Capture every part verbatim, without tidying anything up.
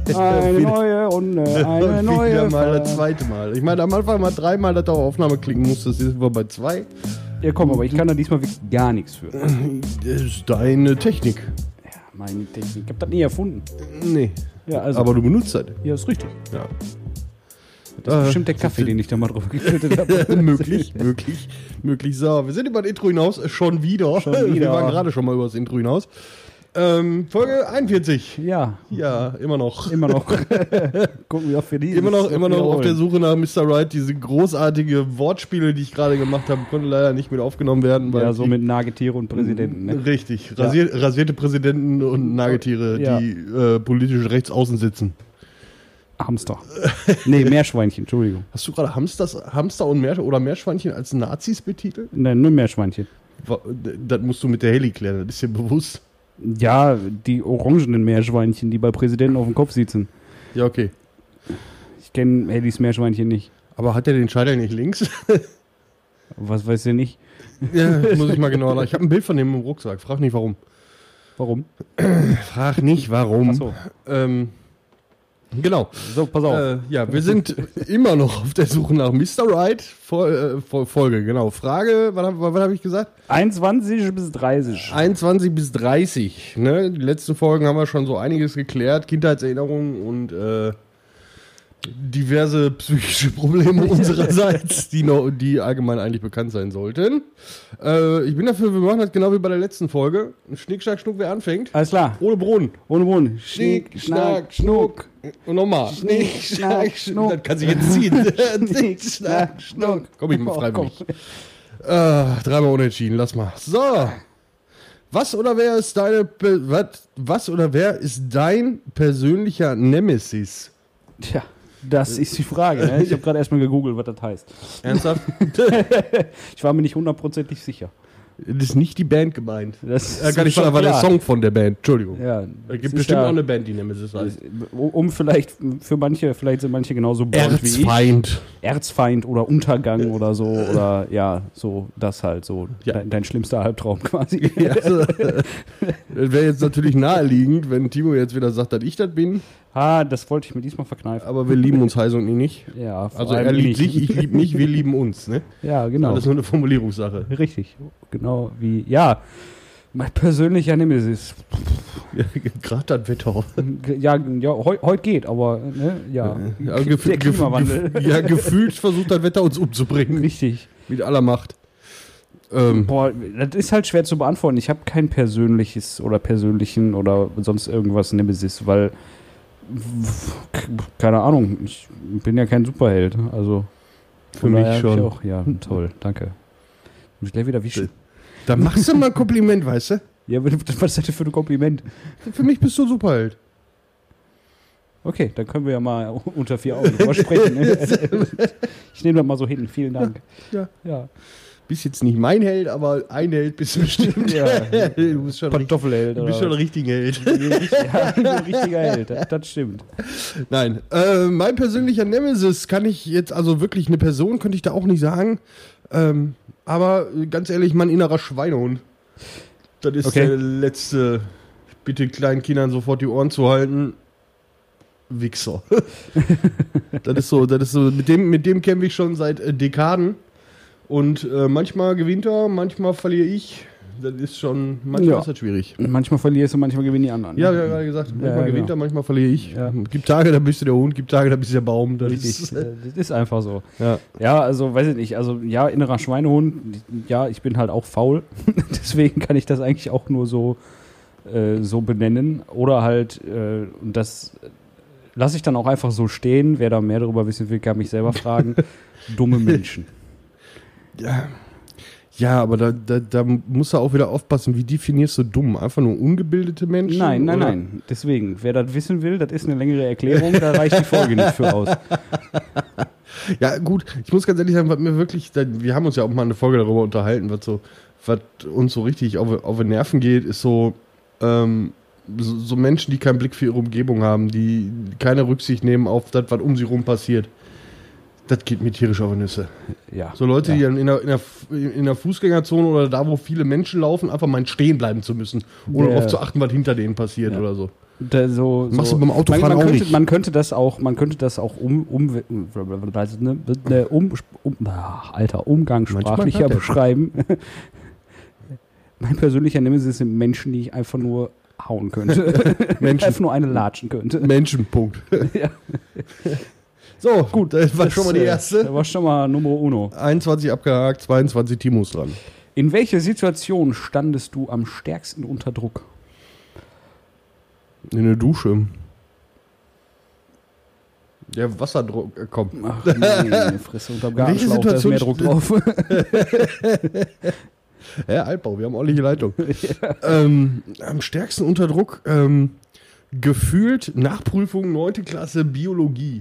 Eine neue Runde, eine neue Wieder mal Fahrt. das zweite Mal. Ich meine, am Anfang mal dreimal, dass du auf Aufnahme klicken musstest. Jetzt sind wir bei zwei. Ja, komm, aber ich kann da diesmal wirklich gar nichts für. Das ist deine Technik. Ja, meine Technik. Ich hab das nie erfunden. Nee. Ja, also. Aber du benutzt das. Ja, ist richtig. Ja. Das ist Äh, bestimmt der Kaffee, den ich da mal drauf geschüttet habe. möglich, möglich, möglich. So, wir sind über das Intro hinaus. äh, Schon wieder. Schon wieder. Wir waren gerade schon mal über das Intro hinaus. Ähm, Folge einundvierzig. Ja, Ja, immer noch. immer noch. Gucken wir, ob wir die. Immer noch, immer noch auf der Suche nach Mister Right. Diese großartige Wortspiele, die ich gerade gemacht habe, konnten leider nicht mit aufgenommen werden. Weil Ja, so die- mit Nagetiere und Präsidenten. Ne? Richtig. Rasier, Rasierte Präsidenten und Nagetiere, Ja. die äh, politisch rechts außen sitzen. Hamster. Nee, Meerschweinchen, Entschuldigung. Hast du gerade Hamsters, Hamster und Meer oder Meerschweinchen als Nazis betitelt? Nein, nur Meerschweinchen. Wa- Das musst du mit der Heli klären, das ist dir bewusst. Ja, die orangenen Meerschweinchen, die bei Präsidenten auf dem Kopf sitzen. Ja, okay. Ich kenne Hellys Meerschweinchen nicht. Aber hat der den Scheitel nicht links? Was weiß ihr nicht? Ja, muss ich mal genauer nach. Ich habe ein Bild von dem im Rucksack. Frag nicht warum. Warum? Frag nicht warum. Ach so. Ähm, genau. So, pass auf. Äh, ja, wir sind immer noch auf der Suche nach Mister Right. Fol äh, Fol Folge, genau. Frage, was habe hab ich gesagt? einundzwanzig bis dreißig. einundzwanzig bis dreißig. Ne? Die letzten Folgen haben wir schon so einiges geklärt. Kindheitserinnerungen und äh, diverse psychische Probleme unsererseits, die, noch, die allgemein eigentlich bekannt sein sollten. Äh, ich bin dafür, wir machen das genau wie bei der letzten Folge. Schnick, Schnack, Schnuck, wer anfängt? Alles klar. Ohne Brunnen. Ohne Bohnen. Schnick, Schnack, Schnuck. Und nochmal. Schnick, Schnack, Schnuck. Das kann sich jetzt ziehen. Schnick, Schnack, Schnuck. Komm ich mal Oh, freiwillig. Äh, dreimal unentschieden, lass mal. So. Was oder wer ist deine, Pe- was, was oder wer ist dein persönlicher Nemesis? Tja, das ist die Frage. Ne? Ich habe gerade erstmal gegoogelt, was das heißt. Ernsthaft? Ich war mir nicht hundertprozentig sicher. Das ist nicht die Band gemeint. Das Äh, gar nicht, schon war der klar. Song von der Band. Entschuldigung. Ja, Es es gibt ist bestimmt ja, auch eine Band, die Nemesis heißt. um vielleicht für manche, vielleicht sind manche genauso blond wie ich. Erzfeind. Erzfeind oder Untergang oder so. Oder ja, so das halt so. Ja. Dein, dein schlimmster Albtraum quasi. Ja, also, das wäre jetzt natürlich naheliegend, wenn Timo jetzt wieder sagt, dass ich das bin. Ah, das wollte ich mir diesmal verkneifen. Aber wir lieben uns heiß und ihn nicht. Ja, vor Also allem er liebt nicht. sich, ich liebe mich, wir lieben uns. Ne? Ja, genau. Das ist nur eine Formulierungssache. Richtig. Genau wie, ja, mein persönlicher Nemesis. Ja, Gerade das Wetter. Ja, ja heu, heute geht, aber ne, ja. Ja, Der gefühlt, Klimawandel. gefühlt, ja, gefühlt versucht das Wetter uns umzubringen. Richtig. Mit aller Macht. Ähm, Boah, das ist halt schwer zu beantworten. Ich habe kein persönliches oder persönlichen oder sonst irgendwas Nemesis, weil keine Ahnung, ich bin ja kein Superheld. Also Für von mich daher hab schon. Ich auch, ja, toll, danke. Muss ich gleich wieder wischen. da machst du mal ein Kompliment, weißt du? Ja, was ist das denn für ein Kompliment? Für mich bist du ein Superheld. Okay, dann können wir ja mal unter vier Augen drüber sprechen. Ne? Ich nehme das mal so hin. Vielen Dank. Ja. Ja. Bist jetzt nicht mein Held, aber ein Held bist du bestimmt. Ja. Du bist schon, richtig, Kartoffelheld. du bist schon ein richtiger Held. Ja, ich bin ein richtiger Held. Das, das stimmt. Nein, äh, mein persönlicher Nemesis kann ich jetzt, also wirklich eine Person könnte ich da auch nicht sagen. Ähm, aber ganz ehrlich, mein innerer Schweinehund. Das ist Okay. der letzte, bitte kleinen Kindern sofort die Ohren zu halten. Wichser. Das ist so, das ist so, mit dem, mit dem kämpfe ich schon seit äh, Dekaden. Und äh, manchmal gewinnt er, manchmal verliere ich. Das ist schon, manchmal Ja. ist das schwierig. Manchmal verlierst du, manchmal gewinnen die anderen. Ja, ja, gerade gesagt, manchmal Ja, gewinnt genau. er, manchmal verliere ich. Ja. Gibt Tage, da bist du der Hund, gibt Tage, da bist du der Baum. Das Richtig. ist, Äh, Das ist einfach so. ja. Ja, also weiß ich nicht. Also ja, innerer Schweinehund. Ja, ich bin halt auch faul. Deswegen kann ich das eigentlich auch nur so, äh, so benennen. Oder halt, äh, und das lasse ich dann auch einfach so stehen. Wer da mehr darüber wissen will, kann mich selber fragen. Dumme Menschen. Ja. Ja, aber da, da, da musst du auch wieder aufpassen, wie definierst du dumm? Einfach nur ungebildete Menschen? Nein, nein, oder? nein. Deswegen, wer das wissen will, das ist eine längere Erklärung, da reicht die Folge nicht für aus. Ja, gut, ich muss ganz ehrlich sagen, was mir wirklich, da- wir haben uns ja auch mal eine Folge darüber unterhalten, was so, was uns so richtig auf, auf die Nerven geht, ist so, ähm, so, so Menschen, die keinen Blick für ihre Umgebung haben, die keine Rücksicht nehmen auf das, was um sie rum passiert. Das geht mir tierisch auf die Nüsse. Ja. So Leute, ja. die dann in der, in, der, in der Fußgängerzone oder da, wo viele Menschen laufen, einfach mal stehen bleiben zu müssen, ohne Ja. darauf zu achten, was hinter denen passiert Ja. oder so. Da so, Machst so. du beim Autofahren man, man auch könnte, nicht. Man könnte das auch, man könnte das auch um, um, ne, um, um ach, Alter, umgangssprachlicher Manchmal hat er. beschreiben. Mein persönlicher Nemesis sind Menschen, die ich einfach nur hauen könnte. Menschen. Einfach nur eine latschen könnte. Menschen, Punkt. Ja. So, gut, das war Das, schon mal die äh, erste. Das war schon mal Numero uno. einundzwanzig abgehakt, zweiundzwanzig Timos dran. In welcher Situation standest du am stärksten unter Druck? In der Dusche. Der Wasserdruck, äh, komm. Ach nee, Fresse unterm Welche Gartenschlauch, da ist Situation mehr Druck drauf. Ja, Altbau, wir haben ordentliche Leitung. Ja. Ähm, am stärksten unter Druck, ähm, gefühlt Nachprüfung neunte Klasse Biologie.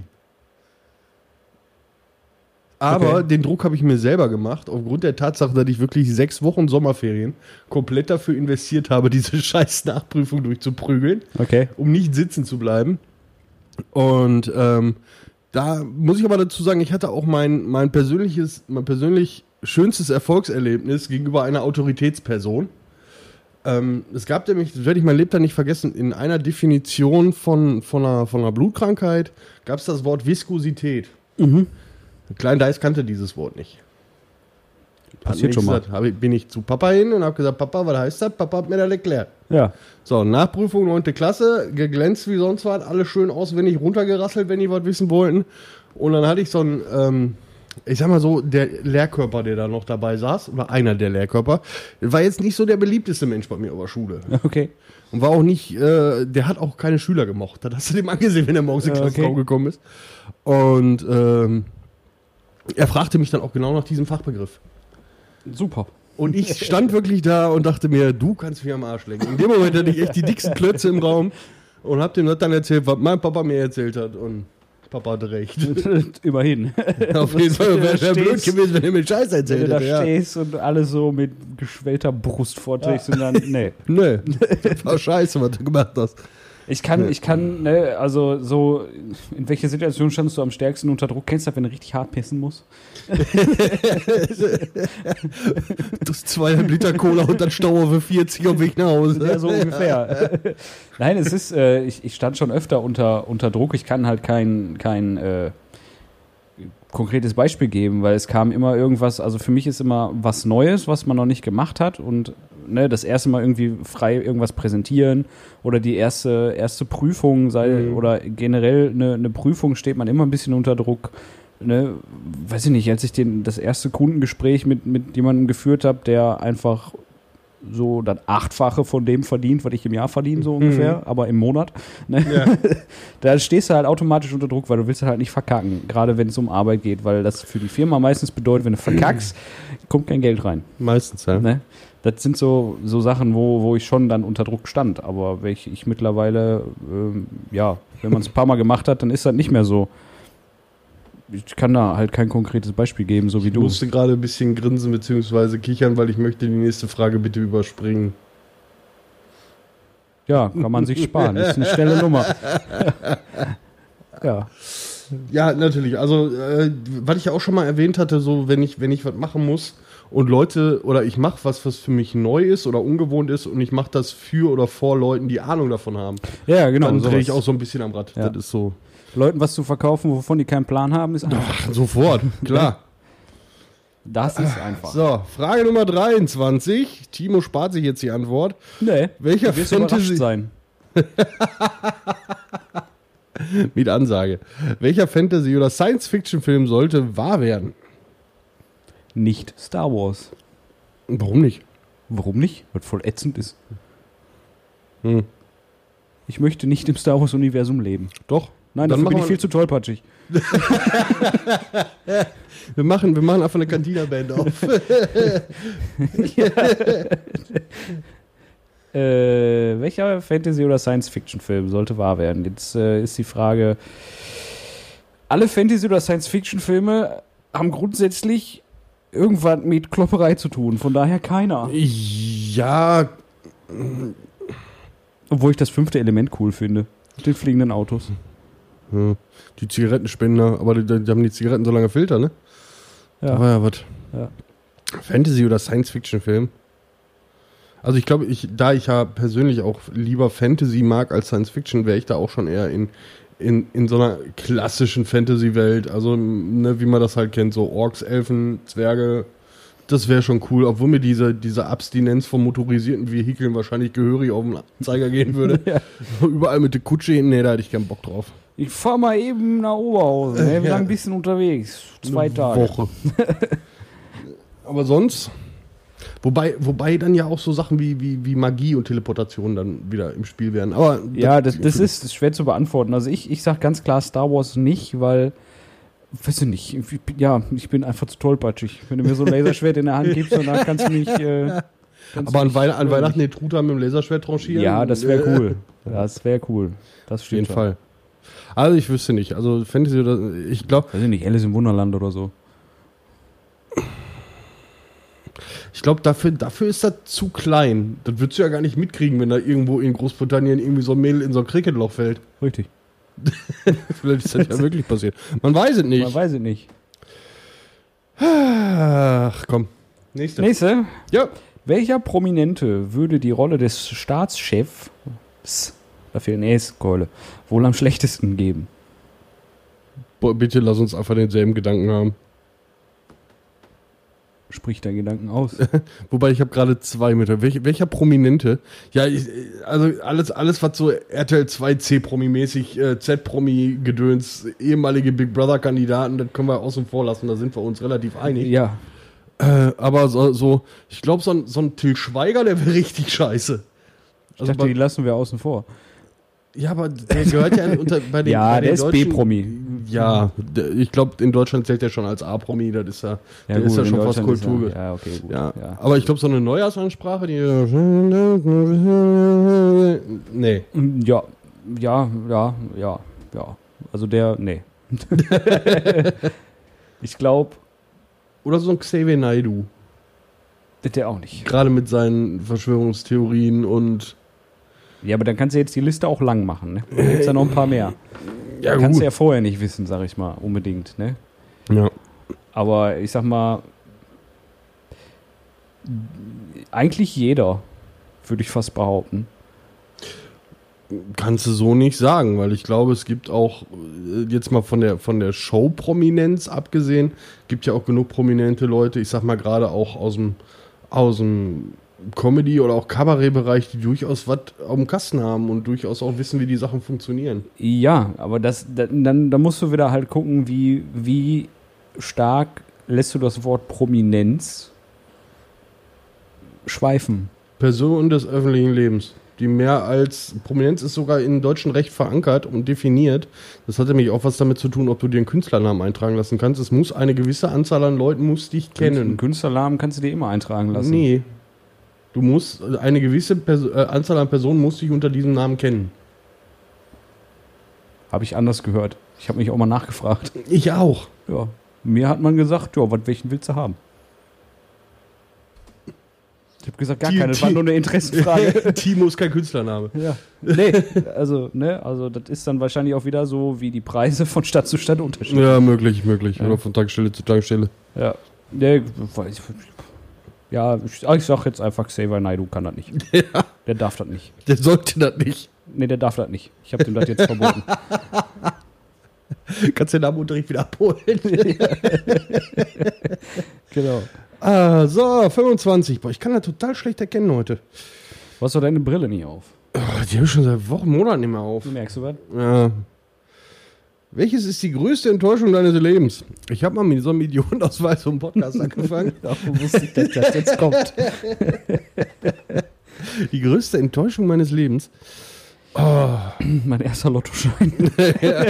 Aber Okay. den Druck habe ich mir selber gemacht, aufgrund der Tatsache, dass ich wirklich sechs Wochen Sommerferien komplett dafür investiert habe, diese scheiß Nachprüfung durchzuprügeln, Okay. um nicht sitzen zu bleiben. Und ähm, da muss ich aber dazu sagen, ich hatte auch mein, mein persönliches, mein persönlich schönstes Erfolgserlebnis gegenüber einer Autoritätsperson. Ähm, es gab nämlich, das werde ich mein Lebtag nicht vergessen, in einer Definition von, von, einer, von einer Blutkrankheit gab es das Wort Viskosität. Mhm. Klein Dice kannte dieses Wort nicht. Passiert Hat mir schon mal. gesagt, hab ich, bin ich zu Papa hin und habe gesagt, Papa, was heißt das? Papa hat mir das erklärt. Ja. So, Nachprüfung neunte Klasse, geglänzt wie sonst was, alles schön auswendig runtergerasselt, wenn die was wissen wollten. Und dann hatte ich so einen, ähm, ich sag mal so, der Lehrkörper, der da noch dabei saß, oder einer der Lehrkörper, war jetzt nicht so der beliebteste Mensch bei mir auf der Schule. Okay. Und war auch nicht, äh, der hat auch keine Schüler gemocht. Das hast du dem angesehen, wenn er morgens in den Ja, Klassenraum okay. gekommen ist. Und ähm, er fragte mich dann auch genau nach diesem Fachbegriff. Super. Und ich stand wirklich da und dachte mir, du kannst mich am Arsch lecken. In dem Moment hatte ich echt die dicksten Klötze im Raum und hab dem das dann erzählt, was mein Papa mir erzählt hat. Und Papa hatte recht. Immerhin. Auf jeden Fall wäre da wär blöd stehst- gewesen, wenn er mir Scheiß Wenn erzählt du da hätte. Ja. stehst und alles so mit geschwellter Brust vorträgst und dann, nee. Nö, das war scheiße, was du gemacht hast. Ich kann, ich kann, ne, also so, in welcher Situation standest du am stärksten unter Druck? Kennst du das, wenn du richtig hart pissen musst? Das zweieinhalb Liter Cola und dann Stau für vierzig auf Weg nach Hause. Ja, so ungefähr. Nein, es ist, äh, ich, ich stand schon öfter unter, unter Druck. Ich kann halt kein, kein äh, konkretes Beispiel geben, weil es kam immer irgendwas, also für mich ist immer was Neues, was man noch nicht gemacht hat und ne, das erste Mal irgendwie frei irgendwas präsentieren oder die erste, erste Prüfung sei, Mhm. oder generell eine, eine Prüfung steht man immer ein bisschen unter Druck. Ne, weiß ich nicht, als ich den, das erste Kundengespräch mit, mit jemandem geführt habe, der einfach so das Achtfache von dem verdient, was ich im Jahr verdiene, so ungefähr, aber im Monat. Ne? Ja. Da stehst du halt automatisch unter Druck, weil du willst halt nicht verkacken, gerade wenn es um Arbeit geht, weil das für die Firma meistens bedeutet, wenn du verkackst, kommt kein Geld rein. Meistens, ja. Ne? Das sind so, so Sachen, wo, wo ich schon dann unter Druck stand, aber welche ich mittlerweile, ähm, ja, wenn man es ein paar Mal gemacht hat, dann ist das nicht mehr so. Ich kann da halt kein konkretes Beispiel geben, so wie Ich du. musste gerade ein bisschen grinsen bzw. kichern, weil ich möchte die nächste Frage bitte überspringen. Ja, kann man sich sparen. Ist eine schnelle Nummer. Ja. Ja, natürlich. Also, äh, was ich ja auch schon mal erwähnt hatte, so wenn ich, wenn ich was machen muss und Leute, oder ich mache was, was für mich neu ist oder ungewohnt ist und ich mache das für oder vor Leuten, die Ahnung davon haben, Ja, genau. dann drehe ich sowas. auch so ein bisschen am Rad. Ja. Das ist so. Leuten was zu verkaufen, wovon die keinen Plan haben, ist einfach. Sofort, klar. Das ist einfach. So, Frage Nummer dreiundzwanzig. Timo spart sich jetzt die Antwort. Nee, Welcher du wirst überrascht Fantasy sein. mit Ansage. Welcher Fantasy- oder Science-Fiction-Film sollte wahr werden? Nicht Star Wars. Warum nicht? Warum nicht? Was voll ätzend ist. Hm. Ich möchte nicht im Star Wars-Universum leben. Doch. Nein, Dann dafür bin machen ich wir- viel zu tollpatschig. Wir machen, wir machen einfach eine Cantina-Band auf. Äh, welcher Fantasy- oder Science-Fiction-Film sollte wahr werden? Jetzt äh, ist die Frage, alle Fantasy- oder Science-Fiction-Filme haben grundsätzlich irgendwas mit Klopperei zu tun, von daher keiner. Ja, Obwohl ich das fünfte Element cool finde. Mit den fliegenden Autos. hm, die Zigarettenspender, aber die, die haben die Zigaretten so lange Filter, ne? Ja. Aber ja, was? Ja. Fantasy- oder Science-Fiction-Film? Also ich glaube, ich, da ich ja persönlich auch lieber Fantasy mag als Science Fiction, wäre ich da auch schon eher in, in, in so einer klassischen Fantasy-Welt. Also, ne, wie man das halt kennt, so Orks, Elfen, Zwerge. Das wäre schon cool, obwohl mir diese, diese Abstinenz von motorisierten Vehikeln wahrscheinlich gehörig auf den Zeiger gehen würde. Ja. Überall mit der Kutsche hin, nee, da hätte ich keinen Bock drauf. Ich fahr mal eben nach Oberhausen, ne? Wir Ja. sind ein bisschen unterwegs. Zwei Eine Tage. Woche. Aber sonst, wobei, wobei dann ja auch so Sachen wie, wie, wie Magie und Teleportation dann wieder im Spiel wären. Aber Ja, das, das ist schwer zu beantworten. Also ich, ich sag ganz klar Star Wars nicht, weil, weiß ich nicht, ich, bin- ja, ich bin einfach zu tollpatschig. Wenn du mir so ein Laserschwert in der Hand gibst und dann kannst du mich... Äh, kannst Aber du an, mich- Wei an Weihnachten den Truthahn mit dem Laserschwert tranchieren? Ja, das wäre Äh, cool. Das wäre cool. Das Auf stimmt. jeden schon. Fall. Also ich wüsste nicht. Also Fantasy oder ich glaube, Weiß ich nicht, Alice im Wunderland oder so. ich glaube dafür, dafür ist das zu klein. Das würdest du ja gar nicht mitkriegen, wenn da irgendwo in Großbritannien irgendwie so ein Mädel in so ein Cricketloch fällt. Richtig. Vielleicht ist das ja wirklich passiert. Man weiß es nicht. Man weiß es nicht. Ach, komm. Nächste. Nächste. Ja. Welcher Prominente würde die Rolle des Staatschefs, da fehlen Näskeule, wohl am schlechtesten geben? Boah, bitte lass uns einfach denselben Gedanken haben. Sprich deinen Gedanken aus. Wobei ich habe gerade zwei mit. Welch, welcher Prominente? Ja, ich, also alles, alles was so R T L zwei C-Promi-mäßig, äh, Z-Promi-Gedöns, ehemalige Big Brother-Kandidaten, das können wir außen vor lassen, da sind wir uns relativ einig. Ja, Äh, aber so, so ich glaube, so ein, so ein Till Schweiger, der wäre richtig scheiße. ich Also dachte, die bei, lassen wir außen vor. ja, aber der gehört ja unter, bei den, Ja, bei der den ist Deutschen- B-Promi. Ja, der, ich glaube, in Deutschland zählt der schon als A-Promi, das ist ja, Ja, der gut, ist ja in schon fast Deutschland ist Kultur. er- Ja, okay, gut. Ja. Ja. Aber ich glaube, so eine Neujahrsansprache, die. Nee. Ja, ja, ja, ja, ja. Also der, nee. Ich glaube, Oder so ein Xavier Naidoo. der auch nicht. Gerade mit seinen Verschwörungstheorien und. Ja, aber dann kannst du jetzt die Liste auch lang machen, ne? Da gibt's ja noch ein paar mehr. Ja, Kannst gut. du ja vorher nicht wissen, sag ich mal, unbedingt, ne? Ja. Aber ich sag mal, eigentlich jeder, würde ich fast behaupten. Kannst du so nicht sagen, weil ich glaube, es gibt auch, äh, jetzt mal von der, von der Show-Prominenz abgesehen, gibt ja auch genug prominente Leute, ich sag mal gerade auch aus dem, aus dem Comedy- oder auch Kabarettbereich, die durchaus was auf dem Kasten haben und durchaus auch wissen, wie die Sachen funktionieren. Ja, aber das, da- dann, dann musst du wieder halt gucken, wie, wie stark lässt du das Wort Prominenz schweifen. Person des öffentlichen Lebens, die mehr als Prominenz ist sogar im deutschen Recht verankert und definiert. Das hat nämlich auch was damit zu tun, ob du dir einen Künstlernamen eintragen lassen kannst. Es muss eine gewisse Anzahl an Leuten muss dich Einen kennen. Künstlernamen kannst du dir immer eintragen lassen. Nee. Du musst, eine gewisse Perso äh, Anzahl an Personen muss dich unter diesem Namen kennen. Habe ich anders gehört. Ich habe mich auch mal nachgefragt. Ich auch. Ja. Mir hat man gesagt, ja, was, welchen willst du haben? Ich habe gesagt, gar Die- keine, das war die- nur eine Interessenfrage. Timo ist kein Künstlername. Ja. Nee, also, ne, also das ist dann wahrscheinlich auch wieder so, wie die Preise von Stadt zu Stadt unterschiedlich. Ja, möglich, möglich. Ja. Oder von Tankstelle zu Tankstelle. Ja. Nee, weiß- ja, ich, ich sag jetzt einfach, Xavier Naidoo kann das nicht. Ja. Der darf das nicht. Der sollte das nicht. Nee, der darf das nicht. Ich habe dem das jetzt verboten. Kannst du den Namenunterricht wieder abholen? Genau. Ah, so, fünfundzwanzig. Boah, ich kann das total schlecht erkennen heute. Du hast doch deine Brille nie auf. Oh, die habe ich schon seit Wochen, Monaten nicht mehr auf. Merkst du was? Ja. Welches ist die größte Enttäuschung deines Lebens? Ich habe mal mit so einem Idiotenausweis vom Podcast angefangen. Dafür wusste ich, dass das jetzt kommt. Die größte Enttäuschung meines Lebens? Oh, Mein erster Lottoschein. ja.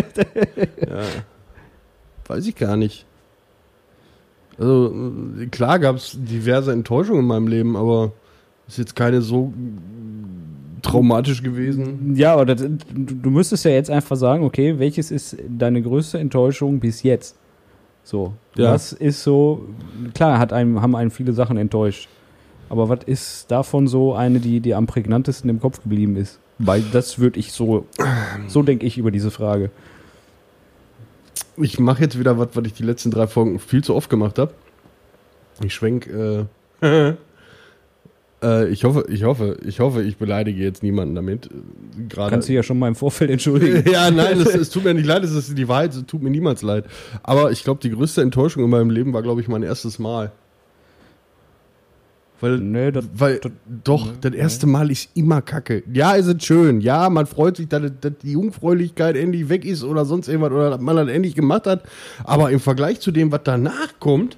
Weiß ich gar nicht. Also, äh, klar gab es diverse Enttäuschungen in meinem Leben, aber ist jetzt keine so traumatisch gewesen. Ja, aber das, du, du müsstest ja jetzt einfach sagen, okay, welches ist deine größte Enttäuschung bis jetzt? So, Ja. was ist so, klar hat einem, haben einen viele Sachen enttäuscht, aber was ist davon so eine, die, die am prägnantesten im Kopf geblieben ist? Weil das würde ich so, so denke ich über diese Frage. Ich mache jetzt wieder was, was ich die letzten drei Folgen viel zu oft gemacht habe. Ich schwenk, äh, Äh, ich hoffe, ich hoffe, ich hoffe, ich beleidige jetzt niemanden damit. Gerade. Kannst du ja schon mal im Vorfeld entschuldigen. Ja, nein, es, es tut mir nicht leid, es ist die Wahrheit, es tut mir niemals leid. Aber ich glaube, die größte Enttäuschung in meinem Leben war, glaube ich, mein erstes Mal. Weil, Nee, das- weil das- doch, nee, das erste Mal ist immer kacke. Ja, es ist schön. Ja, man freut sich, dass, dass die Jungfräulichkeit endlich weg ist oder sonst irgendwas oder dass man das endlich gemacht hat. Aber im Vergleich zu dem, was danach kommt,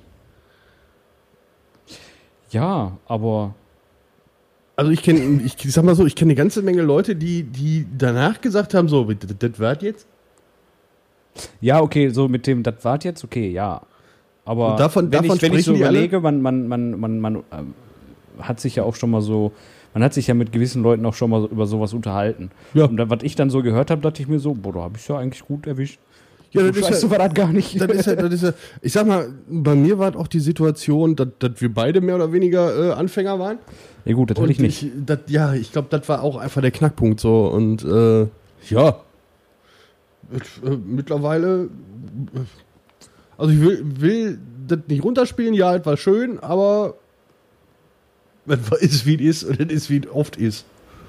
Ja, aber also ich kenne, ich, ich sag mal so, ich kenne eine ganze Menge Leute, die, die danach gesagt haben, so, das, das war's jetzt? ja, okay, so mit dem, das wart jetzt, okay, ja. Aber Und davon- wenn, davon ich, wenn ich so sprechen die alle? überlege, man, man, man, man, man ähm, hat sich ja auch schon mal so, man hat sich ja mit gewissen Leuten auch schon mal so, über sowas unterhalten. Ja. Und dann, was ich dann so gehört habe, dachte ich mir so, boah, da habe ich ja eigentlich gut erwischt. Ja, so das ist scheiße ja- war das gar nicht. Das ist ja, das ist ja, ich sag mal, bei mir war auch die Situation, dass, dass wir beide mehr oder weniger äh, Anfänger waren. Ja gut, das hatte ich nicht. Ich, das, ja, ich glaube, das war auch einfach der Knackpunkt so. Und äh, ja, äh, mittlerweile, äh, also ich will, will das nicht runterspielen, ja, es war schön, aber es ist, wie es ist und es ist, wie es oft ist.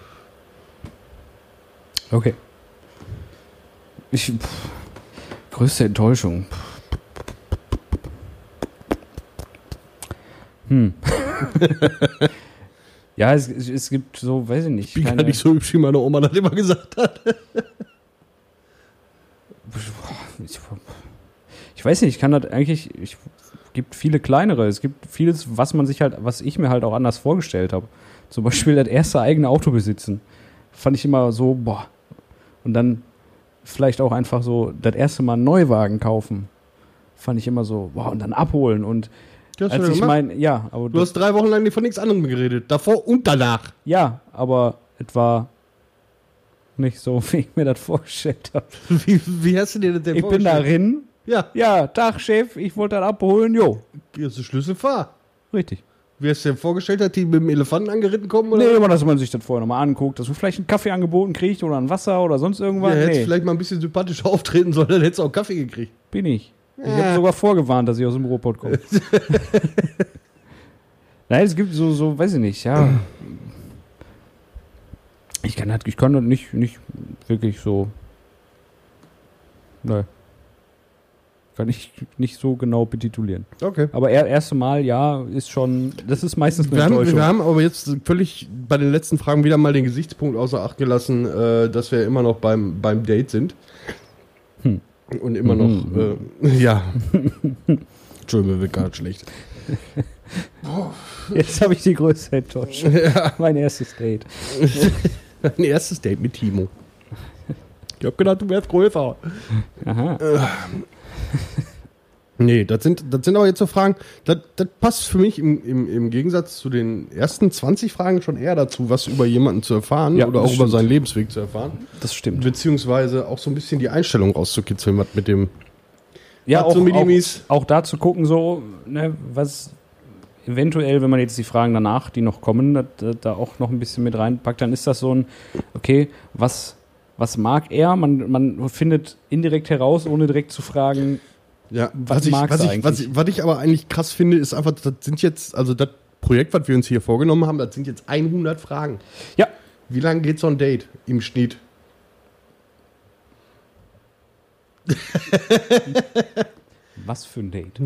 Okay. Ich, pff, größte Enttäuschung. Hm. Ja, es, es, es gibt so, weiß ich nicht. Ich bin gar nicht so hübsch, wie meine Oma das immer gesagt hat. Ich, ich weiß nicht, ich kann das eigentlich. Ich, es gibt viele kleinere. Es gibt vieles, was man sich halt, was ich mir halt auch anders vorgestellt habe. Zum Beispiel das erste eigene Auto besitzen. Fand ich immer so, boah. Und dann vielleicht auch einfach so das erste Mal einen Neuwagen kaufen. Fand ich immer so, boah, und dann abholen. Und Das hast als du ich gemacht? mein, ja, aber Du hast drei Wochen lang von nichts anderem geredet. Davor und danach. ja, aber es war nicht so, wie ich mir das vorgestellt habe. Wie, wie hast du dir das denn Ich bin da vorgestellt? drin. Ja, Ja, Tag, Chef, ich wollte das abholen. Jo, hier ist der Schlüssel, fahr. richtig. Wie hast du dir vorgestellt, dass die mit dem Elefanten angeritten kommen? Oder? Nee, immer, dass man sich das vorher nochmal anguckt, dass du vielleicht einen Kaffee angeboten kriegst oder ein Wasser oder sonst Ja, irgendwas. hättest Nee, vielleicht mal ein bisschen sympathischer auftreten sollen, dann hättest du auch Kaffee gekriegt. bin ich. Ich Ja. habe sogar vorgewarnt, dass ich aus dem Ruhrpott komme. Nein, es gibt so, so, weiß ich nicht, ja. Ich kann das, ich kann das nicht, nicht wirklich so. Nein. Kann ich nicht so genau betitulieren. Okay. Aber er, erste Mal, ja, ist schon, das ist meistens eine Wir haben, Enttäuschung. wir haben aber jetzt völlig bei den letzten Fragen wieder mal den Gesichtspunkt außer Acht gelassen, äh, dass wir immer noch beim, beim Date sind. Hm. Und immer noch, äh, ja. Entschuldigung, mir wird gerade schlecht. Jetzt habe ich die größte Enttäuschung. Ja. Mein erstes Date. Ein erstes Date mit Timo. Ich hab gedacht, du wärst größer. Aha. Nee, das sind, das sind aber jetzt so Fragen, das, das passt für mich im, im, im Gegensatz zu den ersten zwanzig Fragen schon eher dazu, was über jemanden zu erfahren Ja, oder auch das über stimmt. seinen Lebensweg zu erfahren. Das stimmt. Beziehungsweise auch so ein bisschen die Einstellung rauszukitzeln, was mit dem. Ja, Was auch, so mit ihm auch, ist. auch da zu gucken, so, ne, was eventuell, wenn man jetzt die Fragen danach, die noch kommen, da, da auch noch ein bisschen mit reinpackt, dann ist das so ein, okay, was, was mag er? Man, man findet indirekt heraus, ohne direkt zu fragen, Ja, Was was, ich, magst was, du ich, was, eigentlich? ich, was ich aber eigentlich krass finde, ist einfach, das sind jetzt, also das Projekt, was wir uns hier vorgenommen haben, das sind jetzt hundert Fragen. ja, Wie lange geht so ein Date im Schnitt? was für ein Date?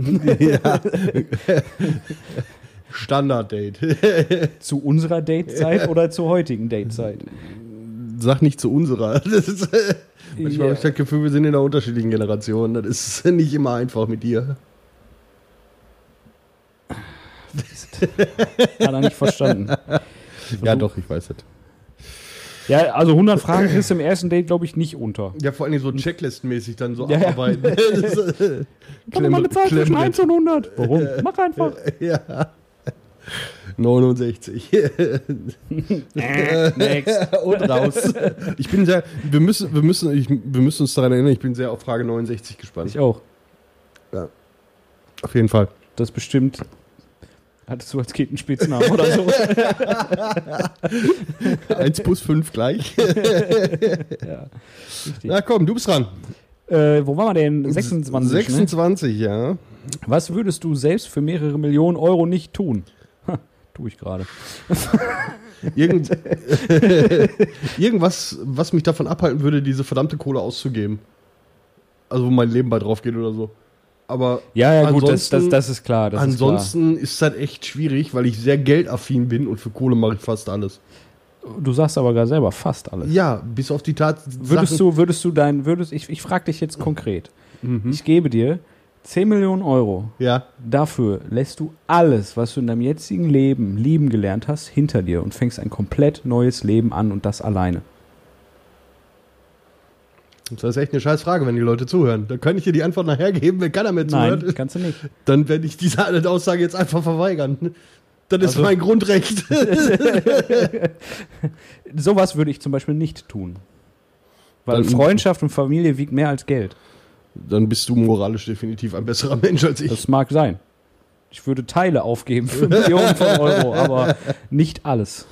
Standard-Date. Zu unserer Datezeit oder zur heutigen Datezeit? Sag nicht zu unserer. Das ist, äh, manchmal Ja. habe ich das Gefühl, wir sind in einer unterschiedlichen Generation. Das ist nicht immer einfach mit dir. Hat er nicht verstanden. Ja, doch, ich weiß es. Ja, also hundert Fragen kriegst du im ersten Date, glaube ich, nicht unter. Ja, vor allem so Checklist-mäßig dann so Ja, ja. abarbeiten. Das ist, äh, Kann man mal eine Zahl zwischen Klemmbrett. eins und hundert? Warum? Mach einfach. Ja. neunundsechzig. Next. Und raus. Ich bin sehr, wir müssen, wir müssen, ich, wir müssen uns daran erinnern, ich bin sehr auf Frage neunundsechzig gespannt. Ich auch. Auf jeden Fall. Das bestimmt. Hattest du als Kind einen Spitznamen oder so? eins plus fünf gleich. Ja. Richtig. Na komm, du bist dran. Äh, wo waren wir denn? sechsundzwanzig. Ne? sechsundzwanzig, ja. Was würdest du selbst für mehrere Millionen Euro nicht tun? Ha, Tue ich gerade. Irgend, irgendwas, was mich davon abhalten würde, diese verdammte Kohle auszugeben. Also wo mein Leben bei drauf geht oder so. Aber Ja, ja, gut, das, das, das ist klar. Das ansonsten ist ist es halt echt schwierig, weil ich sehr geldaffin bin und für Kohle mache ich fast alles. klar. Du sagst aber gar selber fast alles. Ja, bis auf die Tat. Würdest du, würdest du dein, würdest, ich, ich frage dich jetzt konkret. Mhm. Ich gebe dir zehn Millionen Euro. Ja. Dafür lässt du alles, was du in deinem jetzigen Leben lieben gelernt hast, hinter dir und fängst ein komplett neues Leben an und das alleine. Das ist echt eine scheiß Frage, wenn die Leute zuhören. Da kann ich dir die Antwort nachher geben, wenn keiner mehr zuhört. Nein, kannst du nicht. Dann werde ich diese Aussage jetzt einfach verweigern. Das ist Also- mein Grundrecht. Sowas würde ich zum Beispiel nicht tun. Weil Dann- Freundschaft und Familie wiegt mehr als Geld. Dann bist du moralisch definitiv ein besserer Mensch als ich. Das mag sein. Ich würde Teile aufgeben für Millionen von Euro, aber nicht alles.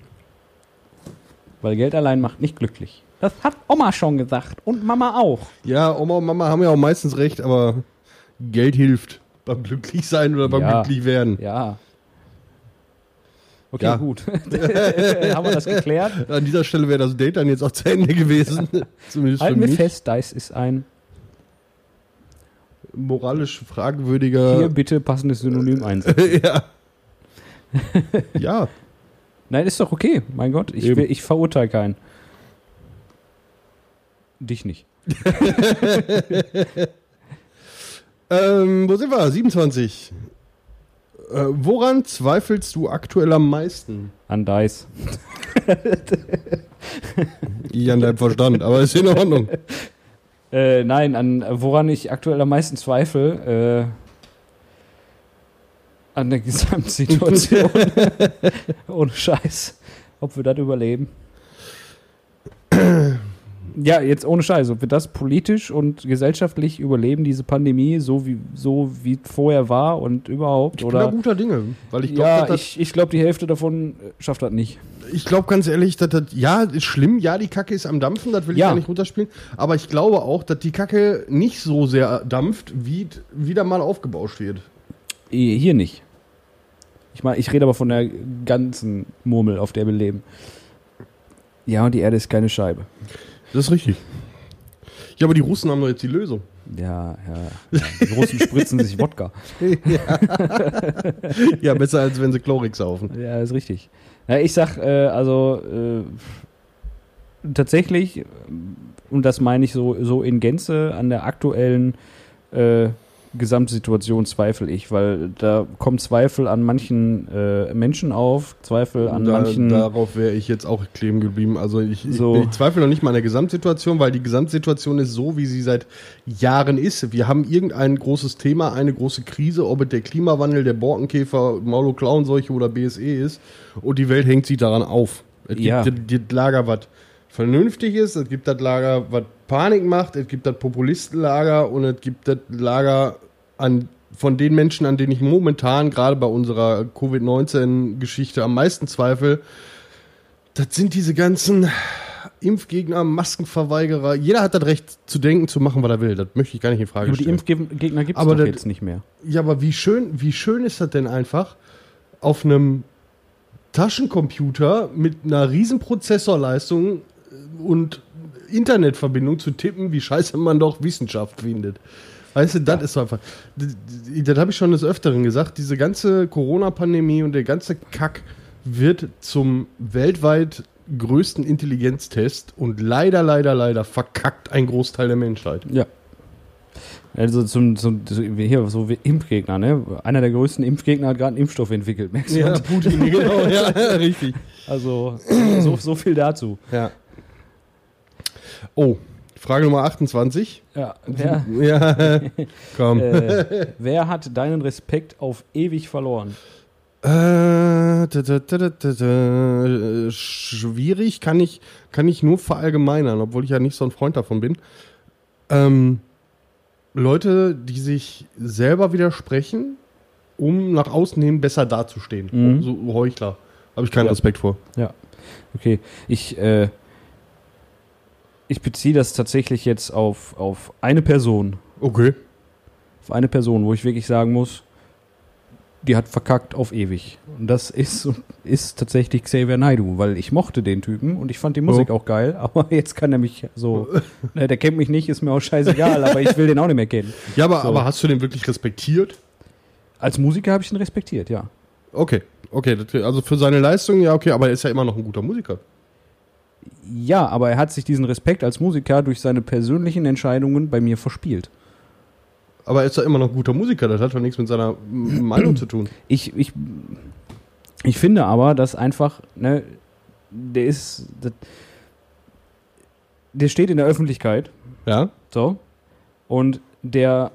Weil Geld allein macht nicht glücklich. Das hat Oma schon gesagt und Mama auch. Ja, Oma und Mama haben ja auch meistens recht, aber Geld hilft beim Glücklichsein oder beim Ja. Glücklichwerden. Ja. Okay, Ja. gut. Haben wir das geklärt? An dieser Stelle wäre das Date dann jetzt auch zu Ende gewesen. Zumindest Halten für wir mich. fest, das ist ein Moralisch fragwürdiger. hier bitte passendes Synonym einsetzen. ja. ja. Nein, ist doch okay. Mein Gott, ich, Eben. will, ich verurteile keinen. Dich nicht. Ähm, wo sind wir? siebenundzwanzig. Äh, woran zweifelst du aktuell am meisten? An Dice. Ich an deinem Verstand, aber ist in Ordnung. Äh, nein, an woran ich aktuell am meisten zweifle, äh, an der Gesamtsituation. Ohne Scheiß. Ob wir das überleben. Ja, jetzt ohne Scheiß, ob wir das politisch und gesellschaftlich überleben, diese Pandemie, so wie so wie vorher war und überhaupt. Ich bin da Oder guter Dinge, weil ich glaube, ja, dass das- ich, ich glaube, die Hälfte davon äh, schafft das nicht. ich glaube ganz ehrlich, dass das, ja, ist schlimm, ja, die Kacke ist am Dampfen, das will ich Ja. ja nicht runterspielen, aber ich glaube auch, dass die Kacke nicht so sehr dampft, wie d- wieder mal aufgebauscht wird. Eh, Hier nicht. Ich meine, ich rede aber von der ganzen Murmel, auf der wir leben. Ja, und die Erde ist keine Scheibe. Das ist richtig. Ja, aber die Russen haben doch jetzt die Lösung. Ja, ja. ja. Die Russen spritzen sich Wodka. Ja, besser als wenn sie Chlorik saufen. Ja, ist richtig. Ja, ich sag, äh, also äh, tatsächlich, äh, und das meine ich so, so in Gänze, an der aktuellen äh, Gesamtsituation zweifle ich, weil da kommen Zweifel an manchen äh, Menschen auf, Zweifel an da, manchen. Darauf wäre ich jetzt auch kleben geblieben. Also ich, So. ich, ich zweifle noch nicht mal an der Gesamtsituation, weil die Gesamtsituation ist so, wie sie seit Jahren ist. Wir haben irgendein großes Thema, eine große Krise, ob es der Klimawandel, der Borkenkäfer, Maulo-Klauenseuche oder B S E ist. Und die Welt hängt sich daran auf. Es Ja. gibt das Lager, was vernünftig ist, es gibt das Lager, was Panik macht, es gibt das Populistenlager und es gibt das Lager an, von den Menschen, an denen ich momentan gerade bei unserer Covid neunzehn Geschichte am meisten zweifle. Das sind diese ganzen Impfgegner, Maskenverweigerer. Jeder hat das Recht zu denken, zu machen, was er will. Das möchte ich gar nicht in Frage Aber die stellen. Impfgegner gibt es Aber doch das- jetzt nicht mehr. Ja, aber wie schön, wie schön ist das denn einfach, auf einem Taschencomputer mit einer riesen Prozessorleistung und Internetverbindung zu tippen, wie scheiße man doch Wissenschaft findet. Weißt du, das ist so einfach. Das, das habe ich schon des Öfteren gesagt. Diese ganze Corona-Pandemie und der ganze Kack wird zum weltweit größten Intelligenztest und leider, leider, leider verkackt ein Großteil der Menschheit. Ja. Also zum, zum hier so wie Impfgegner, ne? Einer der größten Impfgegner hat gerade einen Impfstoff entwickelt, merkst du? Ja, Putin, genau, ja, richtig. Also so, so viel dazu. Ja. Oh, Frage Nummer achtundzwanzig. Ja, wer, Ja, komm. äh, wer hat deinen Respekt auf ewig verloren? Äh, da, da, da, da, da, da. Schwierig kann ich, kann ich nur verallgemeinern, obwohl ich ja nicht so ein Freund davon bin. Ähm, Leute, die sich selber widersprechen, um nach außen hin besser dazustehen. Mhm. So Heuchler. Habe ich keinen Ja. Respekt vor. Ja, okay. Ich, äh, ich beziehe das tatsächlich jetzt auf, auf eine Person. Okay. Auf eine Person, wo ich wirklich sagen muss, die hat verkackt auf ewig. Und das ist, ist tatsächlich Xavier Naidoo, weil ich mochte den Typen und ich fand die Musik oh. auch geil, aber jetzt kann er mich so, ne, der kennt mich nicht, ist mir auch scheißegal, aber ich will den auch nicht mehr kennen. Ja, aber, so. aber hast du den wirklich respektiert? Als Musiker habe ich ihn respektiert, ja. Okay, okay, das, also für seine Leistung, ja, okay, aber er ist ja immer noch ein guter Musiker. Ja, aber er hat sich diesen Respekt als Musiker durch seine persönlichen Entscheidungen bei mir verspielt. Aber er ist ja immer noch ein guter Musiker, das hat doch nichts mit seiner Meinung zu tun. Ich, ich, ich finde aber, dass einfach, ne, der ist, das, der steht in der Öffentlichkeit. Ja. So. Und der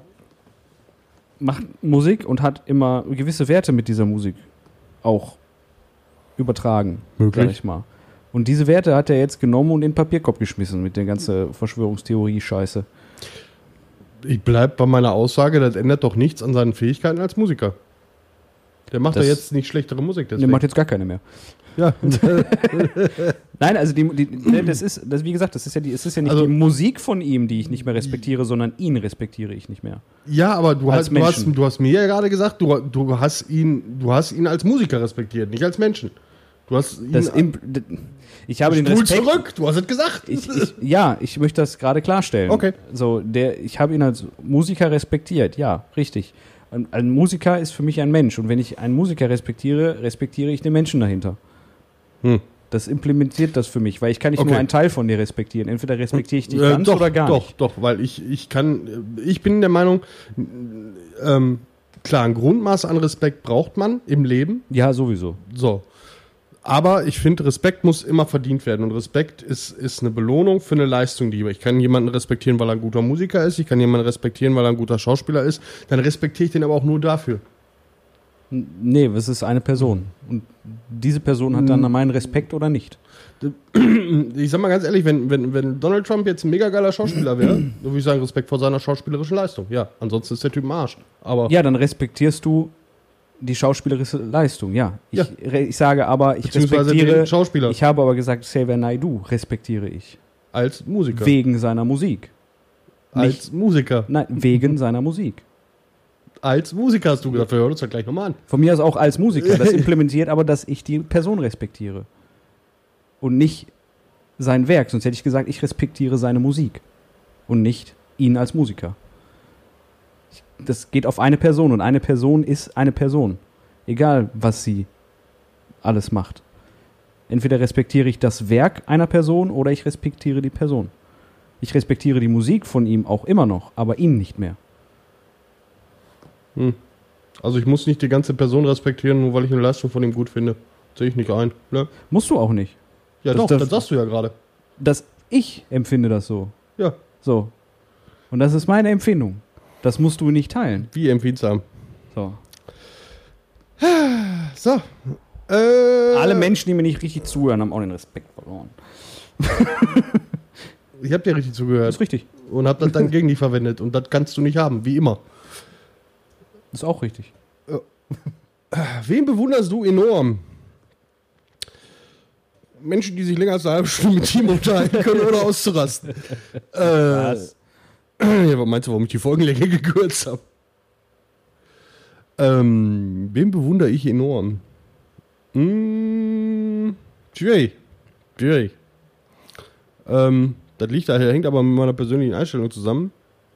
macht Musik und hat immer gewisse Werte mit dieser Musik auch übertragen, Möglich. sag ich mal. Und diese Werte hat er jetzt genommen und in den Papierkorb geschmissen mit der ganzen Verschwörungstheorie-Scheiße. Ich bleib bei meiner Aussage, das ändert doch nichts an seinen Fähigkeiten als Musiker. Der macht Das- ja jetzt nicht schlechtere Musik, Der deswegen. macht jetzt gar keine mehr. ja. Nein, also die, die, ne, das ist, das, wie gesagt, das ist ja, die, es ist ja nicht Also- die Musik von ihm, die ich nicht mehr respektiere, sondern ihn respektiere ich nicht mehr. ja, aber du Als hast, du, hast, Menschen. du hast mir ja gerade gesagt, du, du, hast ihn, du hast ihn als Musiker respektiert, nicht als Menschen. Du hast ihn Das Imp- d- ich habe den Stuhl Respekt. zurück, du hast es gesagt. Ich, ich, ja, ich möchte das gerade klarstellen. Okay. So, der, ich habe ihn als Musiker respektiert, ja, richtig. Ein, ein Musiker ist für mich ein Mensch und wenn ich einen Musiker respektiere, respektiere ich den Menschen dahinter. Hm. Das implementiert das für mich, weil ich kann nicht Okay. nur einen Teil von dir respektieren. Entweder respektiere ich dich Äh, ganz doch, oder gar doch, nicht. Doch, doch, weil ich, ich kann, ich bin der Meinung, ähm, klar, ein Grundmaß an Respekt braucht man im Leben, Ja, sowieso. so. Aber ich finde, Respekt muss immer verdient werden und Respekt ist, ist eine Belohnung für eine Leistung, die ich kann jemanden respektieren, weil er ein guter Musiker ist, ich kann jemanden respektieren, weil er ein guter Schauspieler ist, dann respektiere ich den aber auch nur dafür. N- Nee, es ist eine Person. Und diese Person hat dann meinen Respekt oder nicht. Ich sag mal ganz ehrlich, wenn, wenn, wenn Donald Trump jetzt ein mega geiler Schauspieler wäre, dann würde ich sagen, Respekt vor seiner schauspielerischen Leistung. Ja, ansonsten ist der Typ ein Arsch. Aber Ja, dann respektierst du die schauspielerische Leistung, ja. Ich, Ja. re- ich sage aber, ich beziehungsweise respektiere, den Schauspieler ich habe aber gesagt, Xavier Naidoo respektiere ich. als Musiker. Wegen seiner Musik. als Musiker. Nein, wegen seiner Musik. Als Musiker hast du gesagt, wir hören uns ja gleich nochmal an. Von mir aus auch als Musiker. Das implementiert aber, dass ich die Person respektiere. Und nicht sein Werk. Sonst hätte ich gesagt, ich respektiere seine Musik. Und nicht ihn als Musiker. Ich- Das geht auf eine Person. Und eine Person ist eine Person. Egal, was sie alles macht. Entweder respektiere ich das Werk einer Person oder ich respektiere die Person. Ich respektiere die Musik von ihm auch immer noch, aber ihn nicht mehr. Also ich muss nicht die ganze Person respektieren, nur weil ich eine Leistung von ihm gut finde. Sehe ich nicht ein. Ne? Musst du auch nicht. Ja Das- doch, das- das sagst du ja gerade. Das ich empfinde das so. Ja, So. Und das ist meine Empfindung. Das musst du nicht teilen. wie empfindsam. So. So. Äh, Alle Menschen, die mir nicht richtig zuhören, haben auch den Respekt verloren. Ich habe dir richtig Das zugehört ist richtig. und habe das dann gegen dich verwendet. Und das kannst du nicht haben, wie immer. Das ist auch richtig. Wen bewunderst du enorm? Menschen, die sich länger als eine halbe Stunde mit Team unterhalten können, ohne auszurasten. Äh, Was? Ja, was meinst du, warum ich die Folgenlänge gekürzt habe? Ähm, wen bewundere ich enorm? Hm, schwierig. Schwierig. Ähm, das liegt daher, hängt aber mit meiner persönlichen Einstellung zusammen.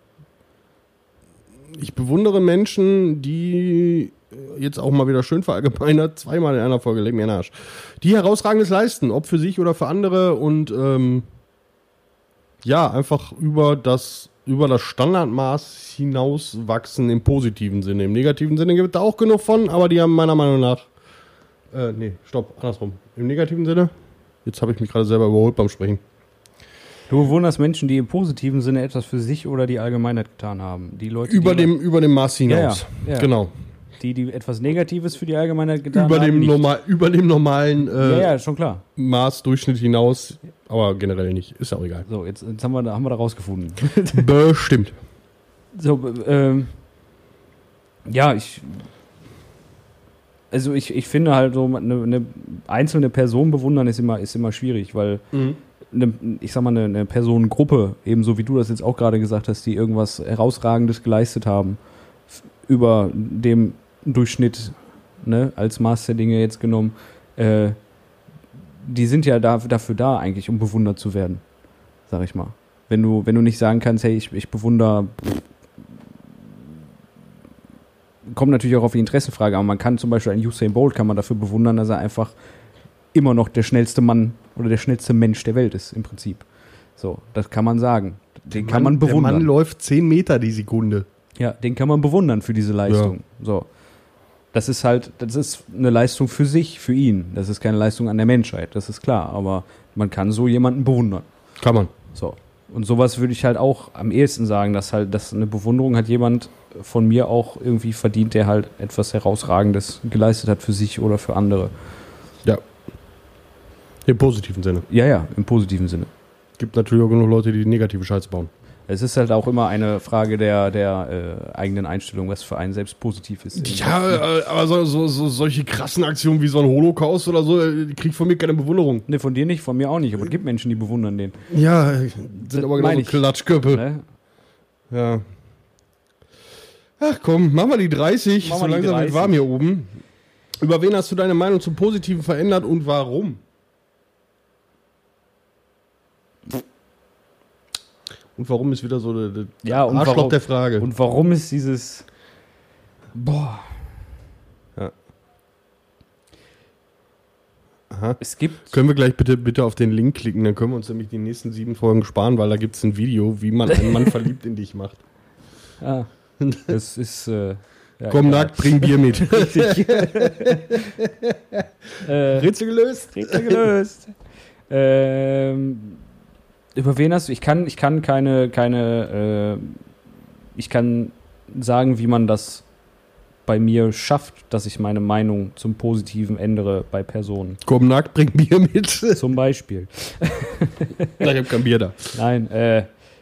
Ich bewundere Menschen, die jetzt auch mal wieder schön verallgemeinert, zweimal in einer Folge, leg mir in den Arsch, die Herausragendes leisten, ob für sich oder für andere und ähm, ja, einfach über das, über das Standardmaß hinaus wachsen im positiven Sinne. Im negativen Sinne gibt es da auch genug von, aber die haben meiner Meinung nach äh, nee, stopp, andersrum. Im negativen Sinne, jetzt habe ich mich gerade selber überholt beim Sprechen. Du bewunderst Menschen, die im positiven Sinne etwas für sich oder die Allgemeinheit getan haben. Die Leute, Über die, dem, über dem Maß hinaus. Ja, ja, ja. Genau. die, die etwas Negatives für die Allgemeinheit getan Über haben. dem, nicht. normal, über dem normalen äh, Ja, ja, schon klar. Maßdurchschnitt hinaus, aber generell nicht. Ist auch egal. So, jetzt, jetzt haben, wir da, haben wir da rausgefunden. Bestimmt. So, ähm, ja, ich, also ich, ich finde halt so, eine, eine einzelne Person bewundern ist immer, ist immer schwierig, weil eine, ich sag mal, eine, eine Personengruppe, ebenso wie du das jetzt auch gerade gesagt hast, die irgendwas Herausragendes geleistet haben, f- über dem Durchschnitt, ne, als Maß der Dinge jetzt genommen, äh, die sind ja da, dafür da eigentlich, um bewundert zu werden, sag ich mal. Wenn du, wenn du nicht sagen kannst, hey, ich, ich bewundere, kommt natürlich auch auf die Interessenfrage, aber man kann zum Beispiel einen Usain Bolt, kann man dafür bewundern, dass er einfach immer noch der schnellste Mann oder der schnellste Mensch der Welt ist, im Prinzip. So, das kann man sagen. Den kann man bewundern. Der Mann läuft zehn Meter die Sekunde. Ja, den kann man bewundern für diese Leistung. Ja. So. Das ist halt, das ist eine Leistung für sich, für ihn. Das ist keine Leistung an der Menschheit, das ist klar. Aber man kann so jemanden bewundern. Kann man. So. Und sowas würde ich halt auch am ehesten sagen, dass halt, dass eine Bewunderung hat jemand von mir auch irgendwie verdient, der halt etwas Herausragendes geleistet hat für sich oder für andere. Ja. Im positiven Sinne. Ja, ja, im positiven Sinne. Gibt natürlich auch genug Leute, die negative Scheiße bauen. Es ist halt auch immer eine Frage der, der äh, eigenen Einstellung, was für einen selbst positiv ist. Ja, äh, aber so, so, so solche krassen Aktionen wie so ein Holocaust oder so, die kriegt von mir keine Bewunderung. Ne, von dir nicht, von mir auch nicht. Aber es gibt Menschen, die bewundern den. Ja, sind aber genau so Klatschköpfe. Ne? Ja. Ach komm, mach mal die dreißig. Mach so langsam wird warm hier oben. Über wen hast du deine Meinung zum Positiven verändert und warum? Und warum ist wieder so der, der ja, und Arschloch warum, der Frage? Und warum ist dieses... Boah. Ja. Aha. Es gibt... Können wir gleich bitte, bitte auf den Link klicken, dann können wir uns nämlich die nächsten sieben Folgen sparen, weil da gibt es ein Video, wie man einen Mann verliebt in dich macht. Ah, das ist... Äh, ja, komm nackt, bring Bier mit. äh, Rätsel gelöst? Rätsel gelöst. ähm... Über wen hast du? Ich kann, ich kann keine, keine, äh, ich kann sagen, wie man das bei mir schafft, dass ich meine Meinung zum Positiven ändere bei Personen. Komm nackt, bring Bier mit. Zum Beispiel. Ich hab kein Bier da. Nein, äh,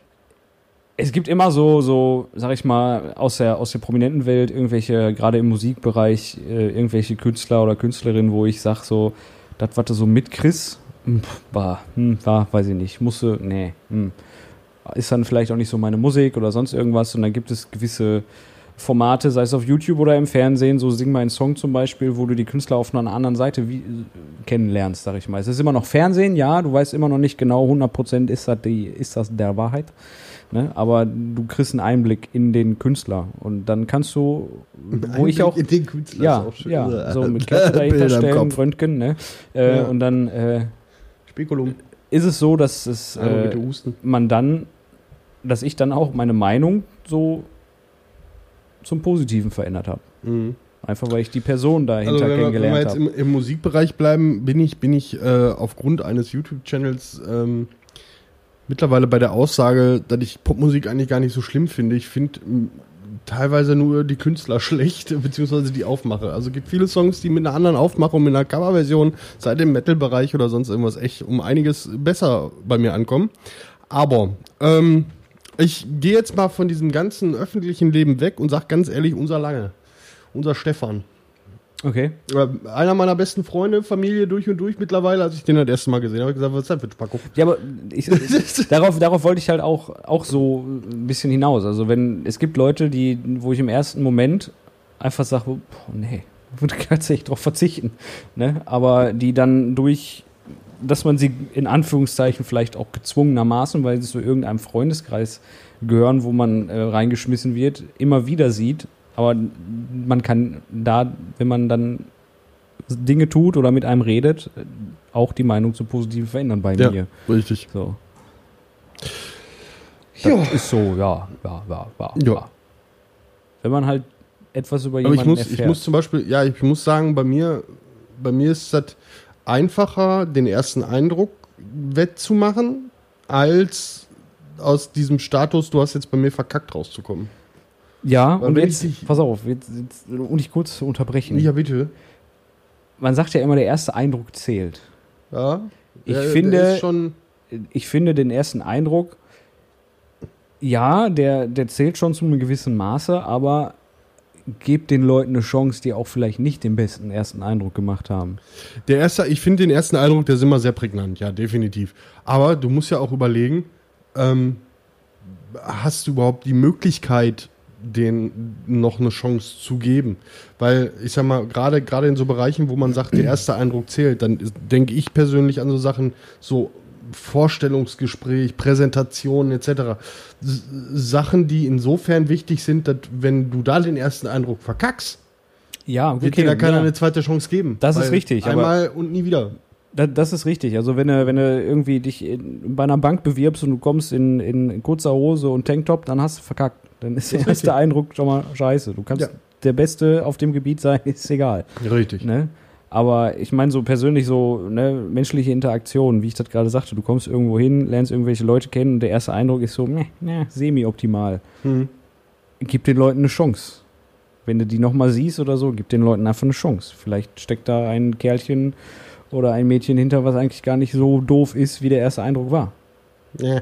es gibt immer so, so, sag ich mal, aus der, aus der prominenten Welt irgendwelche, gerade im Musikbereich, äh, irgendwelche Künstler oder Künstlerinnen, wo ich sag so, das, was du so mitkriegst, war, hm, war, weiß ich nicht, musste, nee, hm. Ist dann vielleicht auch nicht so meine Musik oder sonst irgendwas und dann gibt es gewisse Formate, sei es auf YouTube oder im Fernsehen, so Sing mein Song zum Beispiel, wo du die Künstler auf einer anderen Seite wie, kennenlernst, sag ich mal. Es ist immer noch Fernsehen, ja, du weißt immer noch nicht genau, hundert Prozent ist das, die, ist das der Wahrheit, ne? Aber du kriegst einen Einblick in den Künstler und dann kannst du, wo Ein ich auch, in den Künstler ja, ist auch schön. ja, so mit Klappe dahinter stellen, Röntgen, ne? Äh, Ja. Und dann, äh, Spekulum. ist es so, dass es Einmal äh, bitte husten. man dann, dass ich dann auch meine Meinung so zum Positiven verändert habe. Mhm. Einfach weil ich die Person dahinter Also wenn wir, wenn wir kennengelernt jetzt habe. im, im Musikbereich bleiben, bin ich, bin ich äh, aufgrund eines YouTube-Channels ähm, mittlerweile bei der Aussage, dass ich Popmusik eigentlich gar nicht so schlimm finde. Ich finde m, teilweise nur die Künstler schlecht, beziehungsweise die Aufmache. Also es gibt viele Songs, die mit einer anderen Aufmachung, mit einer Coverversion, sei es im Metal-Bereich oder sonst irgendwas, echt um einiges besser bei mir ankommen. Aber ähm, ich gehe jetzt mal von diesem ganzen öffentlichen Leben weg und sag ganz ehrlich, unser Lange, unser Stefan. Okay. Äh, Einer meiner besten Freunde, Familie durch und durch mittlerweile, als ich den das erste Mal gesehen habe, habe ich gesagt, was ist das für ein Spacko? Ja, aber ich, ich, darauf, darauf wollte ich halt auch, auch so ein bisschen hinaus. Also wenn, es gibt Leute, die, wo ich im ersten Moment einfach sage, boah, nee, würde tatsächlich drauf verzichten. Ne? Aber die dann durch, dass man sie in Anführungszeichen vielleicht auch gezwungenermaßen, weil sie zu irgendeinem Freundeskreis gehören, wo man äh, reingeschmissen wird, immer wieder sieht. Aber man kann da, wenn man dann Dinge tut oder mit einem redet, auch die Meinung zu Positiven verändern bei Ja, mir. richtig. So. Das Ja. ist so, ja, ja, ja, ja, Ja. ja. Wenn man halt etwas über Aber jemanden ich muss, erfährt. ich muss zum Beispiel, ja, ich muss sagen, bei mir, bei mir ist es einfacher, den ersten Eindruck wettzumachen, als aus diesem Status, du hast jetzt bei mir verkackt, rauszukommen. ja, Weil und wenn jetzt, ich dich- pass auf, jetzt, jetzt, um dich kurz zu unterbrechen. Ja, bitte. Man sagt ja immer, der erste Eindruck zählt. Ja. Ich Ja, der finde- ist schon, Ich finde den ersten Eindruck, ja, der, der zählt schon zu einem gewissen Maße, aber gebt den Leuten eine Chance, die auch vielleicht nicht den besten ersten Eindruck gemacht haben. der erste, ich finde den ersten Eindruck, der ist immer sehr prägnant, ja, definitiv. Aber du musst ja auch überlegen, ähm, hast du überhaupt die Möglichkeit, denen noch eine Chance zu geben. Weil, ich sag mal, gerade gerade in so Bereichen, wo man sagt, der erste Eindruck zählt, dann denke ich persönlich an so Sachen, so Vorstellungsgespräch, Präsentationen et cetera. S- Sachen, die insofern wichtig sind, dass wenn du da den ersten Eindruck verkackst, Ja, okay, wird dir da keiner ja. eine zweite Chance geben. Das ist Weil richtig, aber- Einmal und nie wieder. Da- Das ist richtig. Also wenn du, wenn du irgendwie dich in, bei einer Bank bewirbst und du kommst in, in kurzer Hose und Tanktop, dann hast du verkackt. Dann ist der ist erste richtig. Eindruck schon mal scheiße. Du kannst Ja. der Beste auf dem Gebiet sein, ist egal. Richtig. Ne? Aber ich meine so persönlich so ne, menschliche Interaktion, wie ich das gerade sagte, du kommst irgendwo hin, lernst irgendwelche Leute kennen und der erste Eindruck ist so ne, ne, semi-optimal. Hm. Gib den Leuten eine Chance. Wenn du die nochmal siehst oder so, gib den Leuten einfach eine Chance. Vielleicht steckt da ein Kerlchen oder ein Mädchen hinter, was eigentlich gar nicht so doof ist, wie der erste Eindruck war. Ja.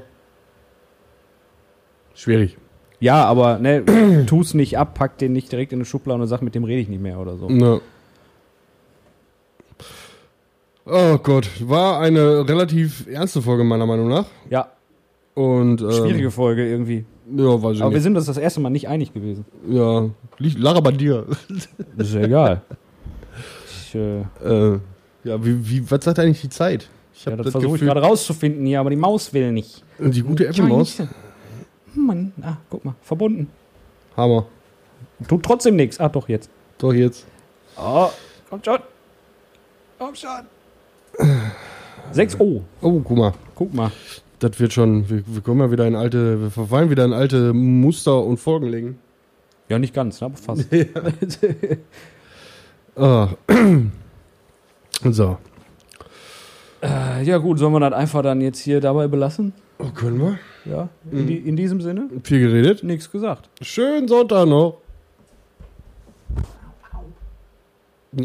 Schwierig. Ja, aber ne, tu's nicht ab, pack den nicht direkt in eine Schublade und sag, mit dem rede ich nicht mehr oder so. Ja. Oh Gott, war eine relativ ernste Folge meiner Meinung nach. Ja, Und, ähm, schwierige Folge irgendwie. Ja, weiß ich Aber wir nicht. sind uns das erste Mal nicht einig gewesen. Ja, liegt Lara bei dir. Das ist ja egal. Ich, äh, äh, ja, wie, wie, was sagt eigentlich die Zeit? Ich ja, hab das versuche ich gerade rauszufinden hier, aber die Maus will nicht. Die gute Apple-Maus. Ja, Mann, ah, guck mal, verbunden. Hammer. Tut trotzdem nichts. Ah, doch, jetzt. Doch, jetzt. Oh, kommt schon. Komm schon. sechs Oh, Oh, guck mal. guck mal. Das wird schon, wir, wir kommen ja wieder in alte, wir verfallen wieder in alte Muster und Folgen legen. Ja, nicht ganz, ne, aber fast. Ah. So. Äh, ja gut, sollen wir das einfach dann jetzt hier dabei belassen? Oh, können wir? Ja, in, die, in diesem Sinne? Viel geredet. Nichts gesagt. Schönen Sonntag noch.